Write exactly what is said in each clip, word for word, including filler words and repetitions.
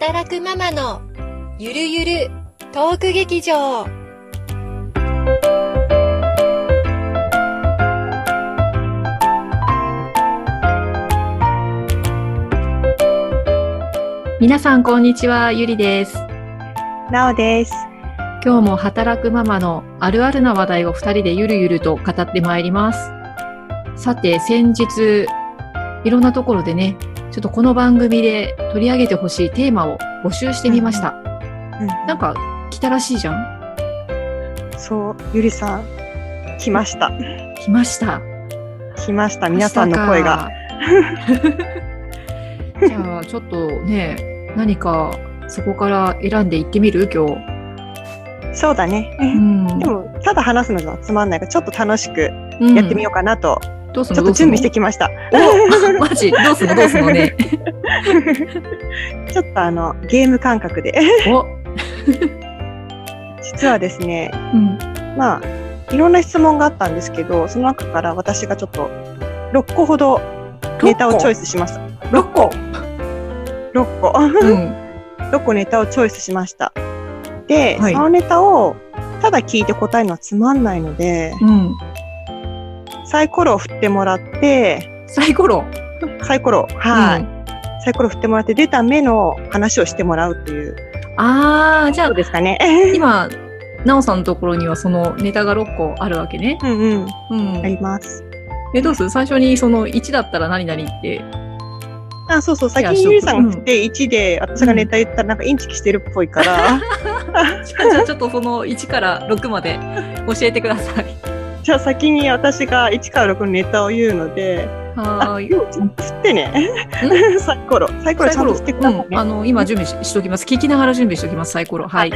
働くママのゆるゆるトーク劇場。 皆さんこんにちは、ゆりです。 なおです。 今日も働くママのあるあるな話題をふたりでゆるゆると語ってまいります。さて、先日いろんなところでね、ちょっとこの番組で取り上げてほしいテーマを募集してみました。うんうん、なんか来たらしいじゃん。 そう、ゆりさん来ました。 来ました。 来ました。皆さんの声が。 じゃあちょっとね、何かそこから選んでいってみる今日。 そうだね。うん、でもただ話すのじゃつまんないからちょっと楽しくやってみようかなと。うん、 どうするちょっと準備してきました。 おマジどうするのどうするのね。 ちょっとあのゲーム感覚で。 お実はですね、 うん、 まあいろんな質問があったんですけど、その中から私がちょっとろっこほどネタをチョイスしました。 ろっころっこ、うん、ろっこネタをチョイスしました。で、はい、そのネタをただ聞いて答えるのはつまんないので、 うん、 サイコロを振ってもらって、 サイコロサイコロ、はい、うん、サイコロ振ってもらって出た目の話をしてもらうっていう。 ああ、じゃあそうですかね。 今なおさんのところにはそのネタがろっこあるわけね。 うんうん、うん、あります。 え、どうする？最初にそのいちだったら何々って。 あ、そうそう、先にゆりさんが振っていちで、うん、私がネタ言ったらなんかインチキしてるっぽいから。 じゃあちょっとそのいちからろくまで教えてください。 じゃあ先に私がいちからろくのネタを言うので、 はーい。 ちょっと振ってね。サイコロ。サイコロちゃんと振ってくださいね。 うん、あの、今準備 し, しときます。聞きながら準備しておきます、サイコロ。はい。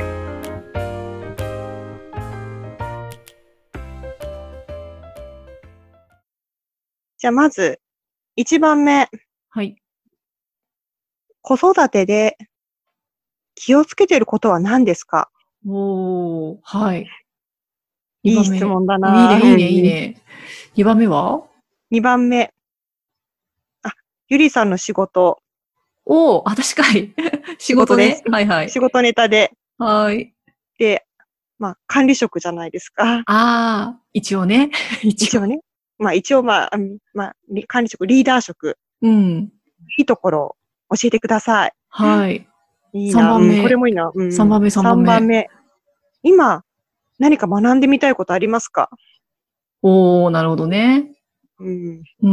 じゃあまず、いちばんめ。 はい。 子育てで気をつけていることは何ですか？ おー、はい。 いい質問だな。 いいね、いいね、いいね。にばんめは？ に 番目。あ、ゆりさんの仕事。 おー、あ、確かに。仕事ね。 です。 はいはい。 仕事ネタで。 はい。 で、まあ、管理職じゃないですか。 ああ、一応ね。 一応ね。まあ一応まあ、まあ、管理職、リーダー職。 うん。 いいところを教えてください。 はい。 いいな。さんばんめ、うん。これもいいな。うん、 さんばんめ、さんばんめ。 さんばんめ。今、何か学んでみたいことありますか？ おー、なるほどね。 うん。 うん。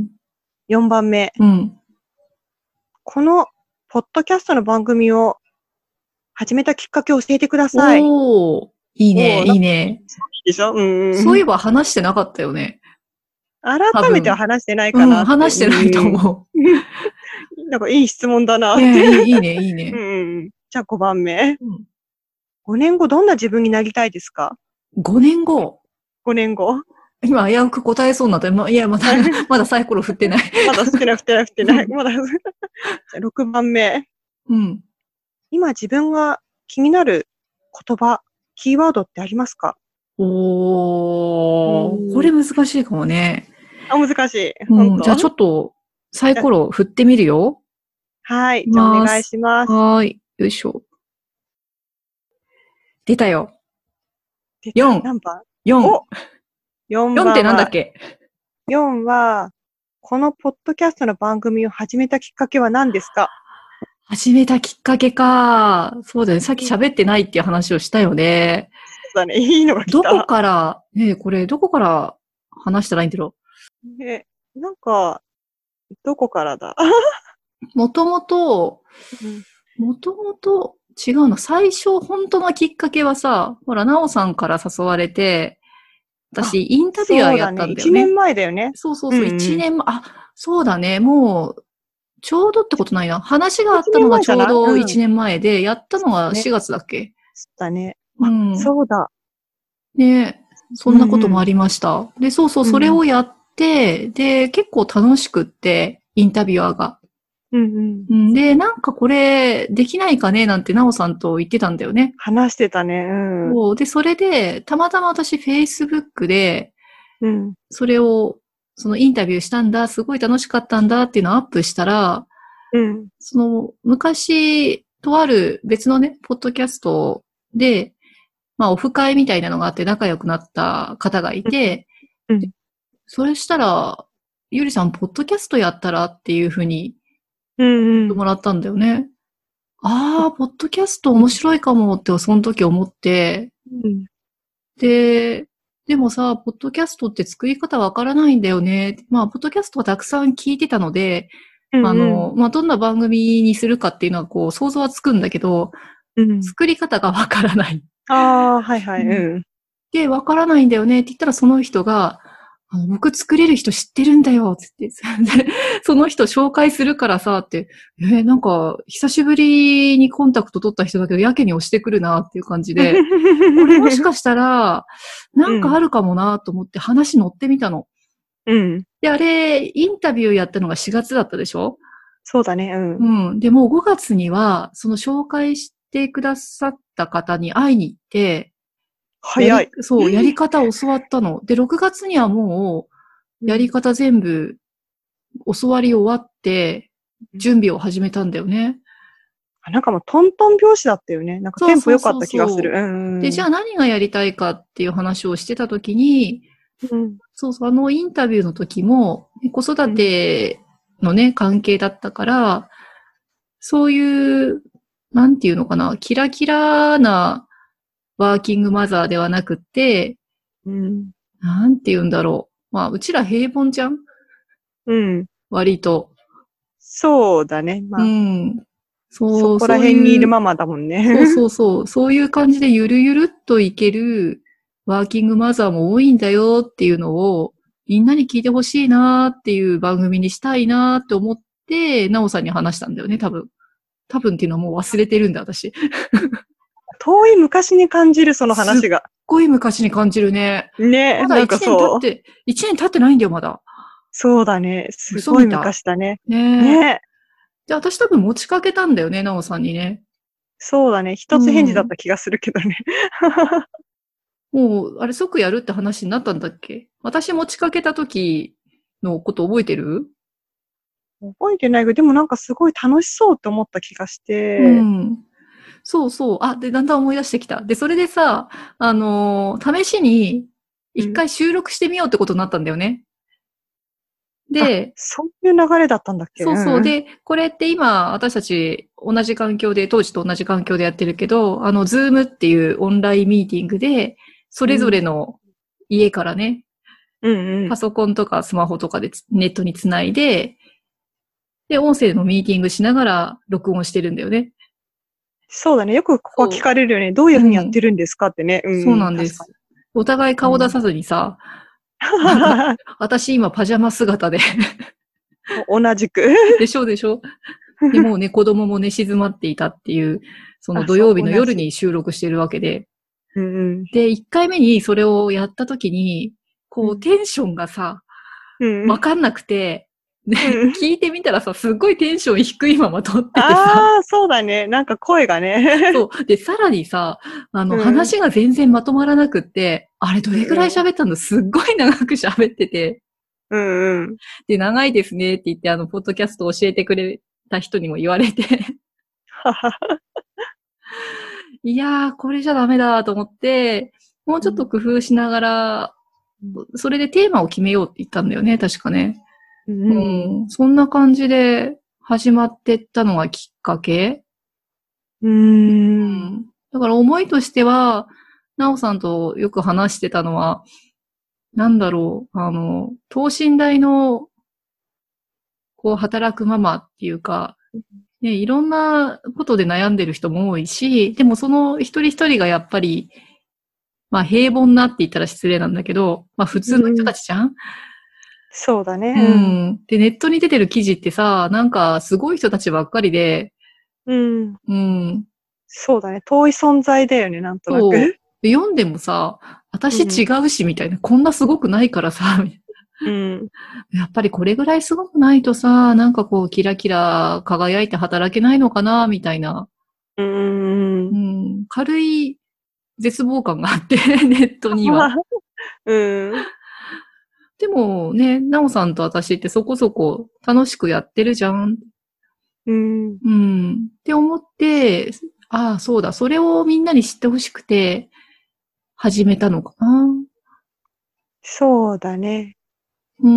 よんばんめ。 うん。 この、ポッドキャストの番組を始めたきっかけを教えてください。 おー、いいね、いいね。 でしょ？うん。 そういえば話してなかったよね。 改めては話してないかなって、うん。 話してないと思う。なんかいい質問だなって。 ね、いいね、いいね。 うん。じゃあごばんめ。うん、ごねんごどんな自分になりたいですか？ ご 年後 ? ご 年後。 今危うく答えそうになった。ま、いや、まだ、まだサイコロ振ってない。 まだ振ってない、振ってない、振ってない。まだ。じゃあろくばんめ。 うん。 今自分が気になる言葉、キーワードってありますか？ おー、これ難しいかもね。 あ、難しい。 うん、じゃあちょっと、サイコロ振ってみるよ。 はい。じゃあお願いします。 はい。よいしょ。出たよ。よん。 何番？ よん。およんばんは。 よんってなんだっけ？ よん は、このポッドキャストの番組を始めたきっかけは何ですか？ 始めたきっかけか。そうだね。さっき喋ってないっていう話をしたよね。 そうだね。いいのが来た。 どこから、ねえ、これ、どこから話したらいいんだろう。え、なんか、どこからだ？ もともと、もともと、違うな。最初、本当のきっかけはさ、ほら、なおさんから誘われて、私、インタビュアーやったんだよね。 いちねんまえだよね。 そうそうそう、うんうん、いちねんまえ、あ、そうだね。もう、ちょうどってことないな。話があったのがちょうどいちねんまえで、うん、やったのがしがつだっけ？ そうだね。 うん。 そうだ。 ね、そんなこともありました。うんうん、で、そうそう、それをやって、うん、で、結構楽しくって、インタビュアーが。 うんうん、 で、なんかこれ、できないかねなんて、なおさんと言ってたんだよね。 話してたね。うん。 そうで、それで、たまたま私、Facebook で、 うん、 それを、そのインタビューしたんだ、すごい楽しかったんだっていうのをアップしたら、 うん、 その、昔、 とある別のね、ポッドキャストで、まあ、オフ会みたいなのがあって仲良くなった方がいて、 うん、 それしたら、ゆりさん、ポッドキャストやったらっていうふうにうん言ってもらったんだよね。ああ、ポッドキャスト面白いかもって、その時思って、 うん、 で、でもさ、ポッドキャストって作り方わからないんだよね。まあ、ポッドキャストはたくさん聞いてたので、 うん、 あの、まあ、どんな番組にするかっていうのは、こう、想像はつくんだけど、 うん。 作り方がわからない。 ああ、はいはい、うん。 で、わからないんだよねって言ったら、その人が、あの僕作れる人知ってるんだよつって、でその人紹介するからさって、えー、なんか、久しぶりにコンタクト取った人だけど、やけに押してくるなっていう感じで、これもしかしたら、なんかあるかもなと思って話乗ってみたの。 うん。 で、あれ、インタビューやったのがしがつだったでしょ？ そうだね、うん。 うん。で、もうごがつには、その紹介してくださった方に会いに行って、 早い。 そう、やり方を教わったの。で、ろくがつにはもう、やり方全部、教わり終わって、準備を始めたんだよね。 なんかもうトントン拍子だったよね。なんかテンポ良かった気がする。うん、 で、じゃあ何がやりたいかっていう話をしてたときに、うん、そうそう、あのインタビューの時も、子育てのね、関係だったから、そういう、なんていうのかな、キラキラなワーキングマザーではなくって、うん、なんていうんだろう。まあ、うちら平凡じゃん？うん。割と。 そうだね。まあ。うん。そう。そこら辺にいるママだもんね。 そうそうそう。そういう感じでゆるゆるっといけるワーキングマザーも多いんだよっていうのをみんなに聞いてほしいなっていう番組にしたいなって思って、なおさんに話したんだよね、多分。多分っていうのはもう忘れてるんだ、私。 遠い昔に感じる、その話が。 すっごい昔に感じるね。 ね。 まだ一年経って、一年経ってないんだよ、まだ。 そうだね。すごい昔だね。 ねねで、私多分持ちかけたんだよね、なおさんにね。 そうだね。一つ返事だった気がするけどね。 うん、もう、あれ即やるって話になったんだっけ？私持ちかけた時のこと覚えてる？ 覚えてないけど、でもなんかすごい楽しそうって思った気がして。 うん。そうそう。あ、で、だんだん思い出してきた。で、それでさ、あのー、試しに一回収録してみようってことになったんだよね。うん、で、 そういう流れだったんだっけ？ そうそう。で、これって今、私たち同じ環境で、当時と同じ環境でやってるけど、あの、ズームっていうオンラインミーティングで、それぞれの家からね、うんうん、パソコンとかスマホとかでネットにつないで、で、音声のミーティングしながら録音してるんだよね。 そうだね。よくここは聞かれるよね。どういうふうにやってるんですかってね。 うん、そうなんです。お互い顔出さずにさ、うん、私今パジャマ姿で。 同じく。 でしょでしょで、もうね、子供もね、静まっていたっていう、その土曜日の夜に収録してるわけで。うんうん、で、一回目にそれをやった時に、こう、テンションがさ、わかんなくて、ね、うん、聞いてみたらさ、すっごいテンション低いまま撮っててさ。 ああ、そうだね。なんか声がね。 そう。で、さらにさ、あの、うん、話が全然まとまらなくって、あれどれくらい喋ったの？すっごい長く喋ってて。 うんうん。 で、長いですねって言って、あの、ポッドキャスト教えてくれた人にも言われて。いやー、これじゃダメだと思って、もうちょっと工夫しながら、うん、それでテーマを決めようって言ったんだよね、確かね。うん、うん、そんな感じで始まってったのがきっかけ。うーん。だから思いとしては、なおさんとよく話してたのは、なんだろう、あの、等身大の、こう、働くママっていうか、ね、いろんなことで悩んでる人も多いし、でもその一人一人がやっぱり、まあ平凡なって言ったら失礼なんだけど、まあ普通の人たちじゃん？うん、 そうだね。 うん。で、ネットに出てる記事ってさ、なんかすごい人たちばっかりで、 うん。 うん。 そうだね。遠い存在だよね、なんとなく。 そうで読んでもさ、私違うし、みたいな、うん、こんなすごくないからさ、うん、やっぱりこれぐらいすごくないとさ、なんかこう、キラキラ輝いて働けないのかな、みたいな。うん、うん、軽い絶望感があって、ネットには。うん、でもね、なおさんと私ってそこそこ楽しくやってるじゃん。 うん。 うん。って思って、ああ、そうだ、それをみんなに知ってほしくて、始めたのかな。 そうだね。 うん。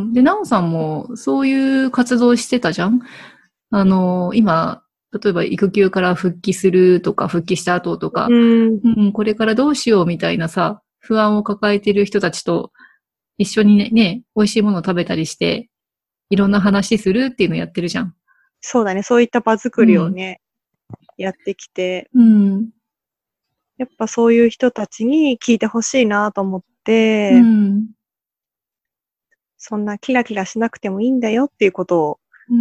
で、なおさんもそういう活動してたじゃん。あの、今、例えば育休から復帰するとか、復帰した後とか、 うん。 うん、これからどうしようみたいなさ、不安を抱えている人たちと一緒にね、ね、美味しいものを食べたりして、いろんな話するっていうのをやってるじゃん。 そうだね。そういった場作りをね、うん、やってきて、 うん。 やっぱそういう人たちに聞いてほしいなと思って、 うん、 そんなキラキラしなくてもいいんだよっていうことを。 うん、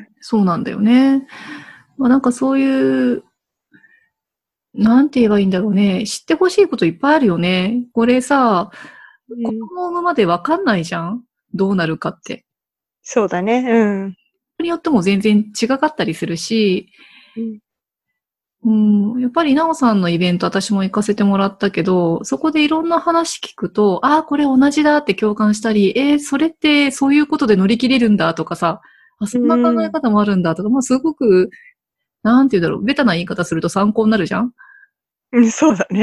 そうなんだよね。まあ、なんかそういう、なんて言えばいいんだろうね。知ってほしいこといっぱいあるよね。これさ、 うん、 子供を産むまでわかんないじゃん？どうなるかって。 そうだね。うん。 人によっても全然違かったりするし、うん、うん、やっぱりなおさんのイベント私も行かせてもらったけど、そこでいろんな話聞くと、ああ、これ同じだって共感したり、えー、それってそういうことで乗り切れるんだとかさ、あ、そんな考え方もあるんだとか、まあすごく、なんて言うんだろう、ベタな言い方すると参考になるじゃん？ うん、そうだね。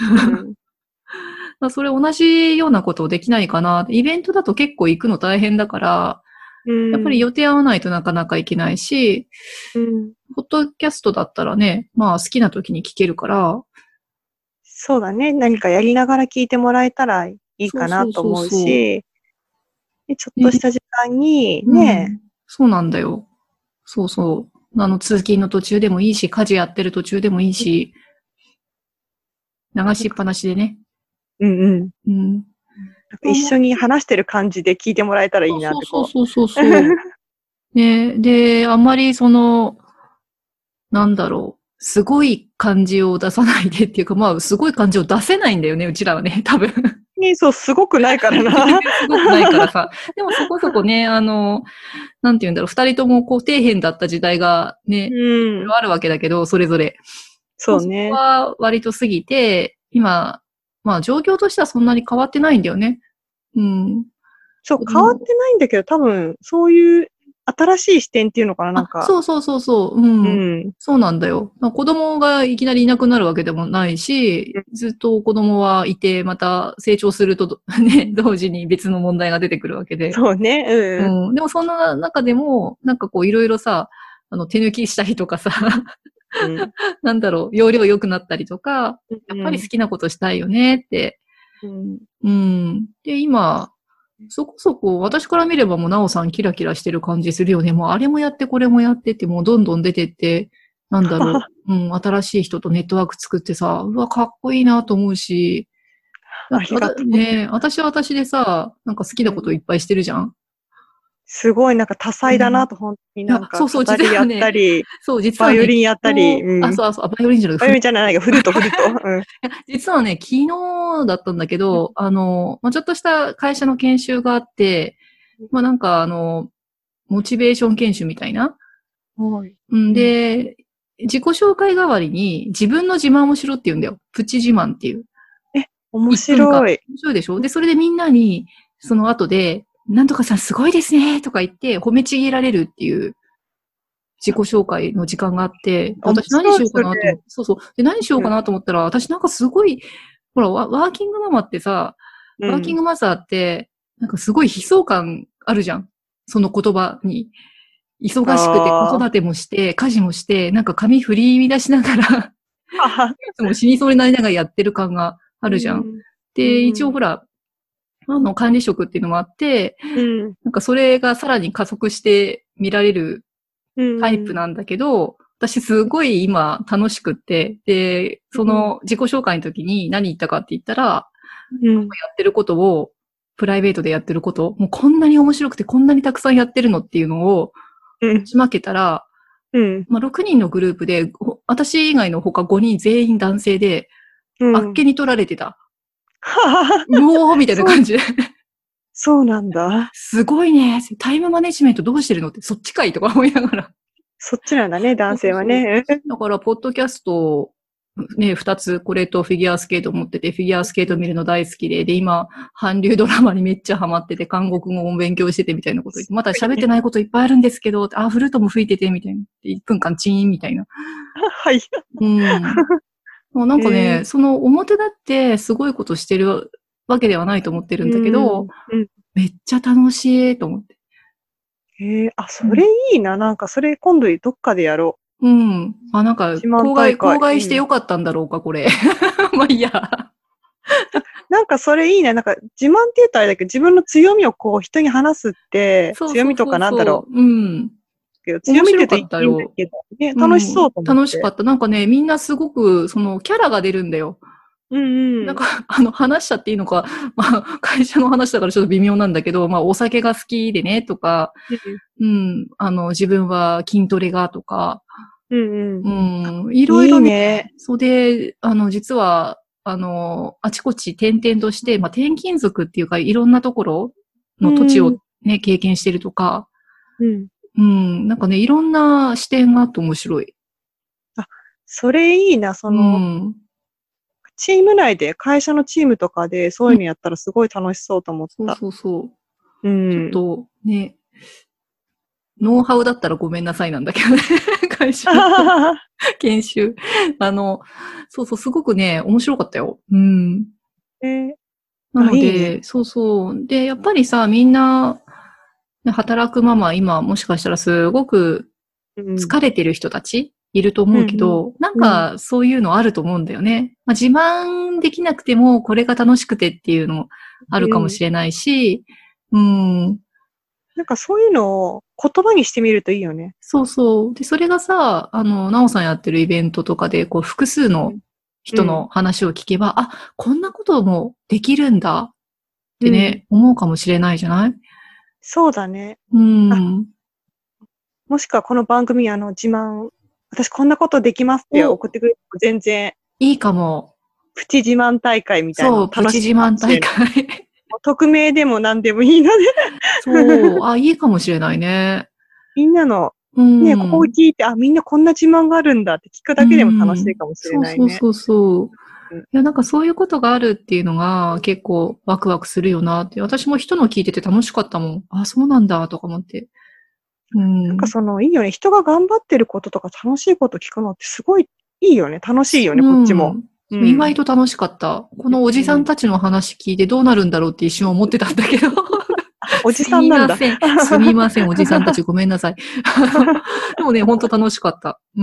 うん、それ同じようなことできないかな。イベントだと結構行くの大変だから、うん、やっぱり予定合わないとなかなか行けないし、うん、ポッドキャストだったらね、まあ好きな時に聞けるから。 そうだね。何かやりながら聞いてもらえたらいいかなと思うし、そうそうそうそう、ちょっとした時間にね、 うん、そうなんだよ。そうそう。あの通勤の途中でもいいし、家事やってる途中でもいいし、流しっぱなしでね。 うんうん。 うん、 一緒に話してる感じで聞いてもらえたらいいなってこう。 そうそうそうそう。ね、で、あんまりその、なんだろう。すごい感じを出さないでっていうか、まあ、すごい感じを出せないんだよね、うちらはね、多分。 ね、そう、すごくないからな。 すごくないからさ。でもそこそこね、あの、なんて言うんだろう、二人ともこう、底辺だった時代がね、うん、あるわけだけど、それぞれ。 そうね。 そこは割と過ぎて、今、まあ、状況としてはそんなに変わってないんだよね。うん。 そう、変わってないんだけど、多分、そういう新しい視点っていうのかな、なんか。 そうそうそうそう、うん。うん。そうなんだよ。まあ、子供がいきなりいなくなるわけでもないし、うん、ずっと子供はいて、また成長すると、ね、同時に別の問題が出てくるわけで。 そうね、うん。 うん。でもそんな中でも、なんかこういろいろさ、あの、手抜きしたりとかさ、うん、なんだろう、容量良くなったりとか、やっぱり好きなことしたいよねって。うん。うん。で、今、そこそこ、私から見ればもうなおさんキラキラしてる感じするよね。もうあれもやってこれもやってって、もうどんどん出てって、なんだろう。うん、新しい人とネットワーク作ってさ、うわ、かっこいいなと思うし。 ありがとう。 ね、私は私でさ、なんか好きなこといっぱいしてるじゃん。 すごいなんか多彩だなと、うん、本当になんか、語りやったり、そう、実はね、バイオリンやったり、 うん、あ、そうそう、バイオリンじゃない。 バイオリンじゃないか、フルート、フルート。うん、 実はね、昨日だったんだけど、あの、まあ、ちょっとした会社の研修があって、まあ、なんかあの、モチベーション研修みたいな。はい。んで、自己紹介代わりに自分の自慢をしろって言うんだよ。プチ自慢っていう。 え、面白い。 面白いでしょ？で、それでみんなに、その後で、なんとかさんすごいですねとか言って褒めちぎられるっていう自己紹介の時間があって、私何しようかなと思って、そうそう。で、何しようかなと思ったら、うん、私なんかすごい、ほら、ワーキングママってさ、ワーキングマザーって、なんかすごい悲壮感あるじゃん。その言葉に。忙しくて子育てもして、家事もして、なんか髪振り乱しながら、いつも死にそうになりながらやってる感があるじゃん。うん、で、一応ほら、あの、管理職っていうのもあって、うん、なんかそれがさらに加速して見られるタイプなんだけど、うん、私すごい今楽しくって、で、その自己紹介の時に何言ったかって言ったら、うん、やってることを、プライベートでやってること、もうこんなに面白くてこんなにたくさんやってるのっていうのを、打ち負けたら、うん、まあ、ろくにんのグループで、私以外の他ごにん全員男性で、うん、あっけに取られてた。うおーみたいな感じでそ。そうなんだ。 すごいね。タイムマネジメントどうしてるのってそっちかいとか思いながら。 そっちなんだね、男性はね。 だから、ポッドキャストね、二つ、これとフィギュアスケート持ってて、フィギュアスケート見るの大好きで、で、今、韓流ドラマにめっちゃハマってて、韓国語も勉強しててみたいなこと言って、まだ喋ってないこといっぱいあるんですけど、あ、フルートも吹いてて、みたいな。いっぷんかんチーンみたいな。 はい。 うん。もうなんかね、 えー、 その表立ってすごいことしてるわけではないと思ってるんだけど、 うんうん、 めっちゃ楽しいと思って。 えー、あ、それいいな。なんか、それ今度どっかでやろう。うん。あ、なんか、 自慢公害、 大会。 公害してよかったんだろうか、これ。まあいいや。 なんかそれいいね。なんか自慢って言うとあれだけど、自分の強みをこう人に話すって、 そうそうそうそう、 強みとかなんだろう。 うん。 けど強みって言うといいんだけど、ね、楽しそうと思って、 うん。楽しかった。なんかね、みんなすごく、その、キャラが出るんだよ。 うんうん。 なんか、あの、話しちゃっていいのか、まあ、会社の話だからちょっと微妙なんだけど、まあ、お酒が好きでね、とか、うん、あの、自分は筋トレが、とか、 うんうん。 うん、いろいろね、 いいね。 それで、あの、実は、あの、あちこち転々として、まあ、転勤族っていうか、いろんなところの土地をね、うん、経験してるとか、 うん。 うん、なんかね、いろんな視点があって面白い。 あ、それいいな、その、うん、チーム内で、会社のチームとかでそういうのやったらすごい楽しそうと思った。 うん、そうそうそう。 うん。 ちょっとね、ノウハウだったらごめんなさいなんだけどね。会社の研修。あの、そうそう、すごくね、面白かったよ。うん。 えー、 なので、いいね、そうそう。で、やっぱりさ、みんな、働くママ、今、もしかしたらすごく疲れてる人たちいると思うけど、うんうん、なんか、そういうのあると思うんだよね。まあ、自慢できなくても、これが楽しくてっていうのもあるかもしれないし、うん、うんなんかそういうのを言葉にしてみるといいよね。 そうそう。で、それがさ、あの、なおさんやってるイベントとかで、こう、複数の人の話を聞けば、うん、あ、こんなこともできるんだってね、うん、思うかもしれないじゃない？ そうだね。 うん。 もしくはこの番組、あの、自慢、私こんなことできますって送ってくれても全然。 いいかも。 プチ自慢大会みたいなの楽しい。そう、プチ自慢大会。 匿名でも何でもいいので。 そう。あ、いいかもしれないね。 みんなの、ね、ここを聞いて、あ、みんなこんな自慢があるんだって聞くだけでも楽しいかもしれないね。 そうそうそうそう。いや、なんかそういうことがあるっていうのが結構ワクワクするよなって。私も人の聞いてて楽しかったもん。あ、そうなんだとか思って。 うん、なんかその、いいよね。人が頑張ってることとか楽しいこと聞くのってすごいいいよね。楽しいよね、こっちも。 うん、意外と楽しかった。このおじさんたちの話聞いてどうなるんだろうって一瞬思ってたんだけど。 おじさんなんだ。 すみません。すみません。おじさんたちごめんなさい。でもね、ほんと楽しかった。うん。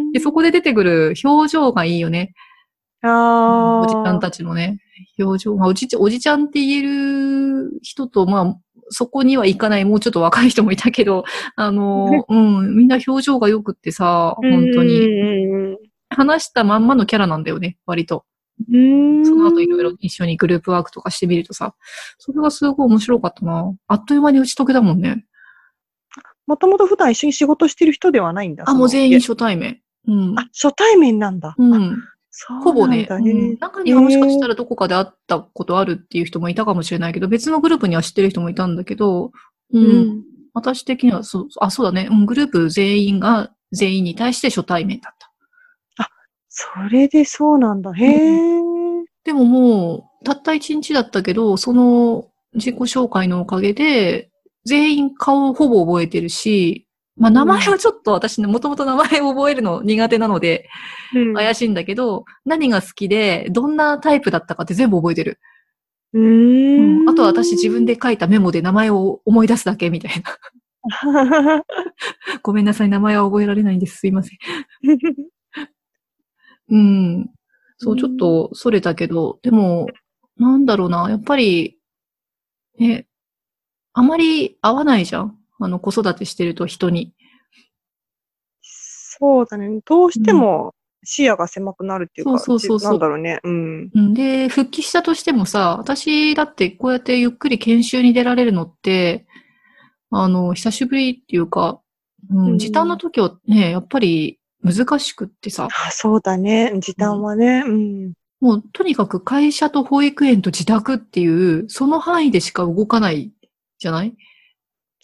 で、そこで出てくる表情がいいよね。 ああ、 うん。おじちゃんたちのね、表情。まあ、おじ、おじちゃんって言える人と、まあ、そこには行かない、もうちょっと若い人もいたけど、あの、うん、みんな表情が良くってさ、本当に。話したまんまのキャラなんだよね、割と。その後いろいろ一緒にグループワークとかしてみるとさ、それがすごい面白かったな。あっという間に打ち解けだもんね。 もともと普段一緒に仕事してる人ではないんだ。 あ、もう全員初対面。うん。 あ、初対面なんだ。 うん。ほぼね、 うん、 中にはもしかしたらどこかで会ったことあるっていう人もいたかもしれないけど、別のグループには知ってる人もいたんだけど、うん。うん、私的にはそう、あ、そうだね、うん、グループ全員が全員に対して初対面だった。 あ、それでそうなんだ。へえ、うん。 でももう、たった一日だったけど、その自己紹介のおかげで、全員顔をほぼ覚えてるし、まあ名前はちょっと私ね、もともと名前を覚えるの苦手なので、怪しいんだけど、うん、何が好きで、どんなタイプだったかって全部覚えてる。 うーん、 うん。あとは私自分で書いたメモで名前を思い出すだけみたいな。ごめんなさい、名前は覚えられないんです。すいません。うん。そう、ちょっとそれたけど、でも、なんだろうな、やっぱり、ね、あまり合わないじゃん。あの、子育てしてると人に。 そうだね。どうしても視野が狭くなるっていうか、 そうそうそうそう。 なんだろうね。うん。 で、復帰したとしてもさ、私だってこうやってゆっくり研修に出られるのって、あの、久しぶりっていうか、うん、時短の時はね、やっぱり難しくってさ。 あ、そうだね。時短はね。うん。 もう、とにかく会社と保育園と自宅っていう、その範囲でしか動かないじゃない？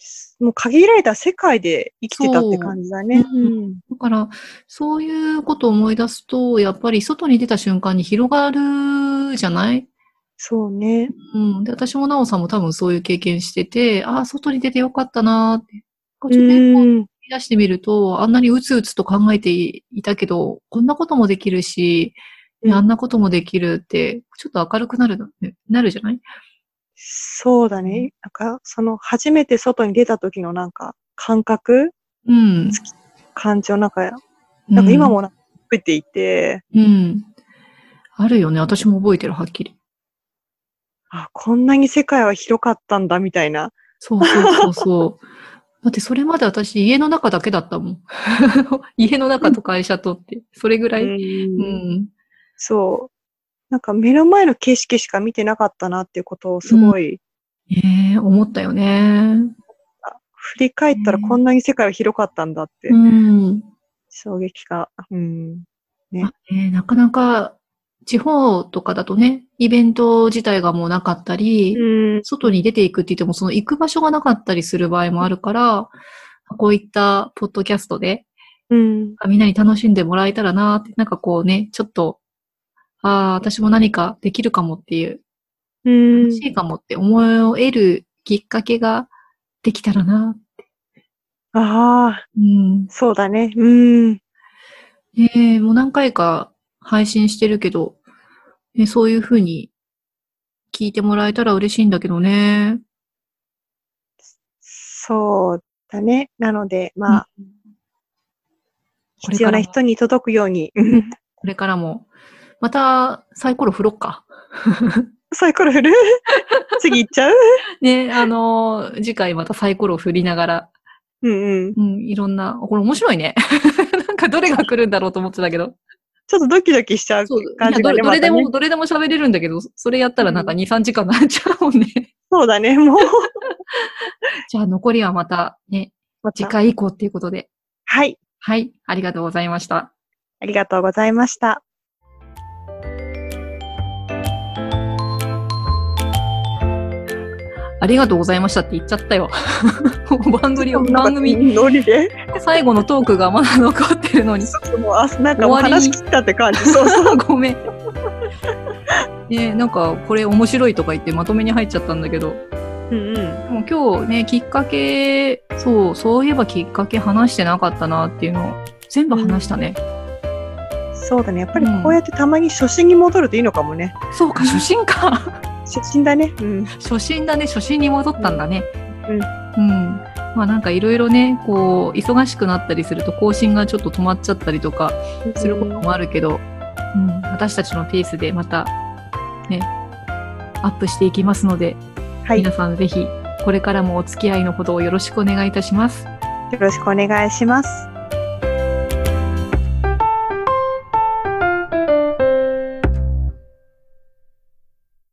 もう限られた世界で生きてたって感じだね。 うん、だから、そういうことを思い出すと、やっぱり外に出た瞬間に広がるじゃない？ そうね。 うん。で、私もなおさんも多分そういう経験してて、ああ、外に出てよかったなーって。ちょっと一歩出してみると、あんなにうつうつと考えていたけど、こんなこともできるし、あんなこともできるって、ちょっと明るくなる、なるじゃない？ そうだね。なんか、その、初めて外に出た時のなんか、感覚、 うん。 感情、なんか、なんか今も覚えていて、 うん。うん。あるよね。私も覚えてる、はっきり。 あ、こんなに世界は広かったんだ、みたいな。 そうそうそうそう。だってそれまで私家の中だけだったもん。家の中と会社とって、それぐらい。うん、うん。 そう。なんか目の前の景色しか見てなかったなっていうことをすごい。 うん、ええー、思ったよね。 振り返ったらこんなに世界は広かったんだって。 うん、 衝撃が。うん。ね。 えー、なかなか地方とかだとね、イベント自体がもうなかったり、うん、外に出ていくって言ってもその行く場所がなかったりする場合もあるから、こういったポッドキャストで、うん、みんなに楽しんでもらえたらなって、なんかこうね、ちょっと、ああ、私も何かできるかもっていう、うん、楽しいかもって思えるきっかけができたらなって。 ああ、うん、そうだね。うん。 ええー、もう何回か配信してるけど、ね、そういうふうに聞いてもらえたら嬉しいんだけどね。 そうだね。なので、まあ、うん、必要な人に届くように。 これからも。また、サイコロ振ろっか。 サイコロ振る次行っちゃうね、あのー、次回またサイコロ振りながら。 うんうん。 うん、いろんな、これ面白いね。なんかどれが来るんだろうと思ってたけど。 ちょっとドキドキしちゃう感じがね。 どれでも、どれでも喋れるんだけど、それやったらなんかに、さんじかんになっちゃうもんね。 そうだね、もう。 じゃあ残りはまたね、ま、次回以降っていうことで。 はい。 はい、ありがとうございました。 ありがとうございました。 ありがとうございましたって言っちゃったよ。番組を、番組。 ノリで最後のトークがまだ残ってるのに。 そうそう、もう、あ、なんかもう話切ったって感じ。そうそう。 ごめん。ね、なんか、これ面白いとか言ってまとめに入っちゃったんだけど。うんうん。もう今日ね、きっかけ、そう、そういえばきっかけ話してなかったなっていうのを全部話したね。 うん、そうだね。やっぱりこうやってたまに初心に戻るといいのかもね。 うん、そうか、初心か。 初心だね。うん。 初心だね。初心に戻ったんだね。うん。うん。まあなんかいろいろね、こう、忙しくなったりすると更新がちょっと止まっちゃったりとかすることもあるけど、うん、うん、私たちのペースでまた、ね、アップしていきますので、はい、皆さんぜひ、これからもお付き合いのほどをよろしくお願いいたします。 よろしくお願いします。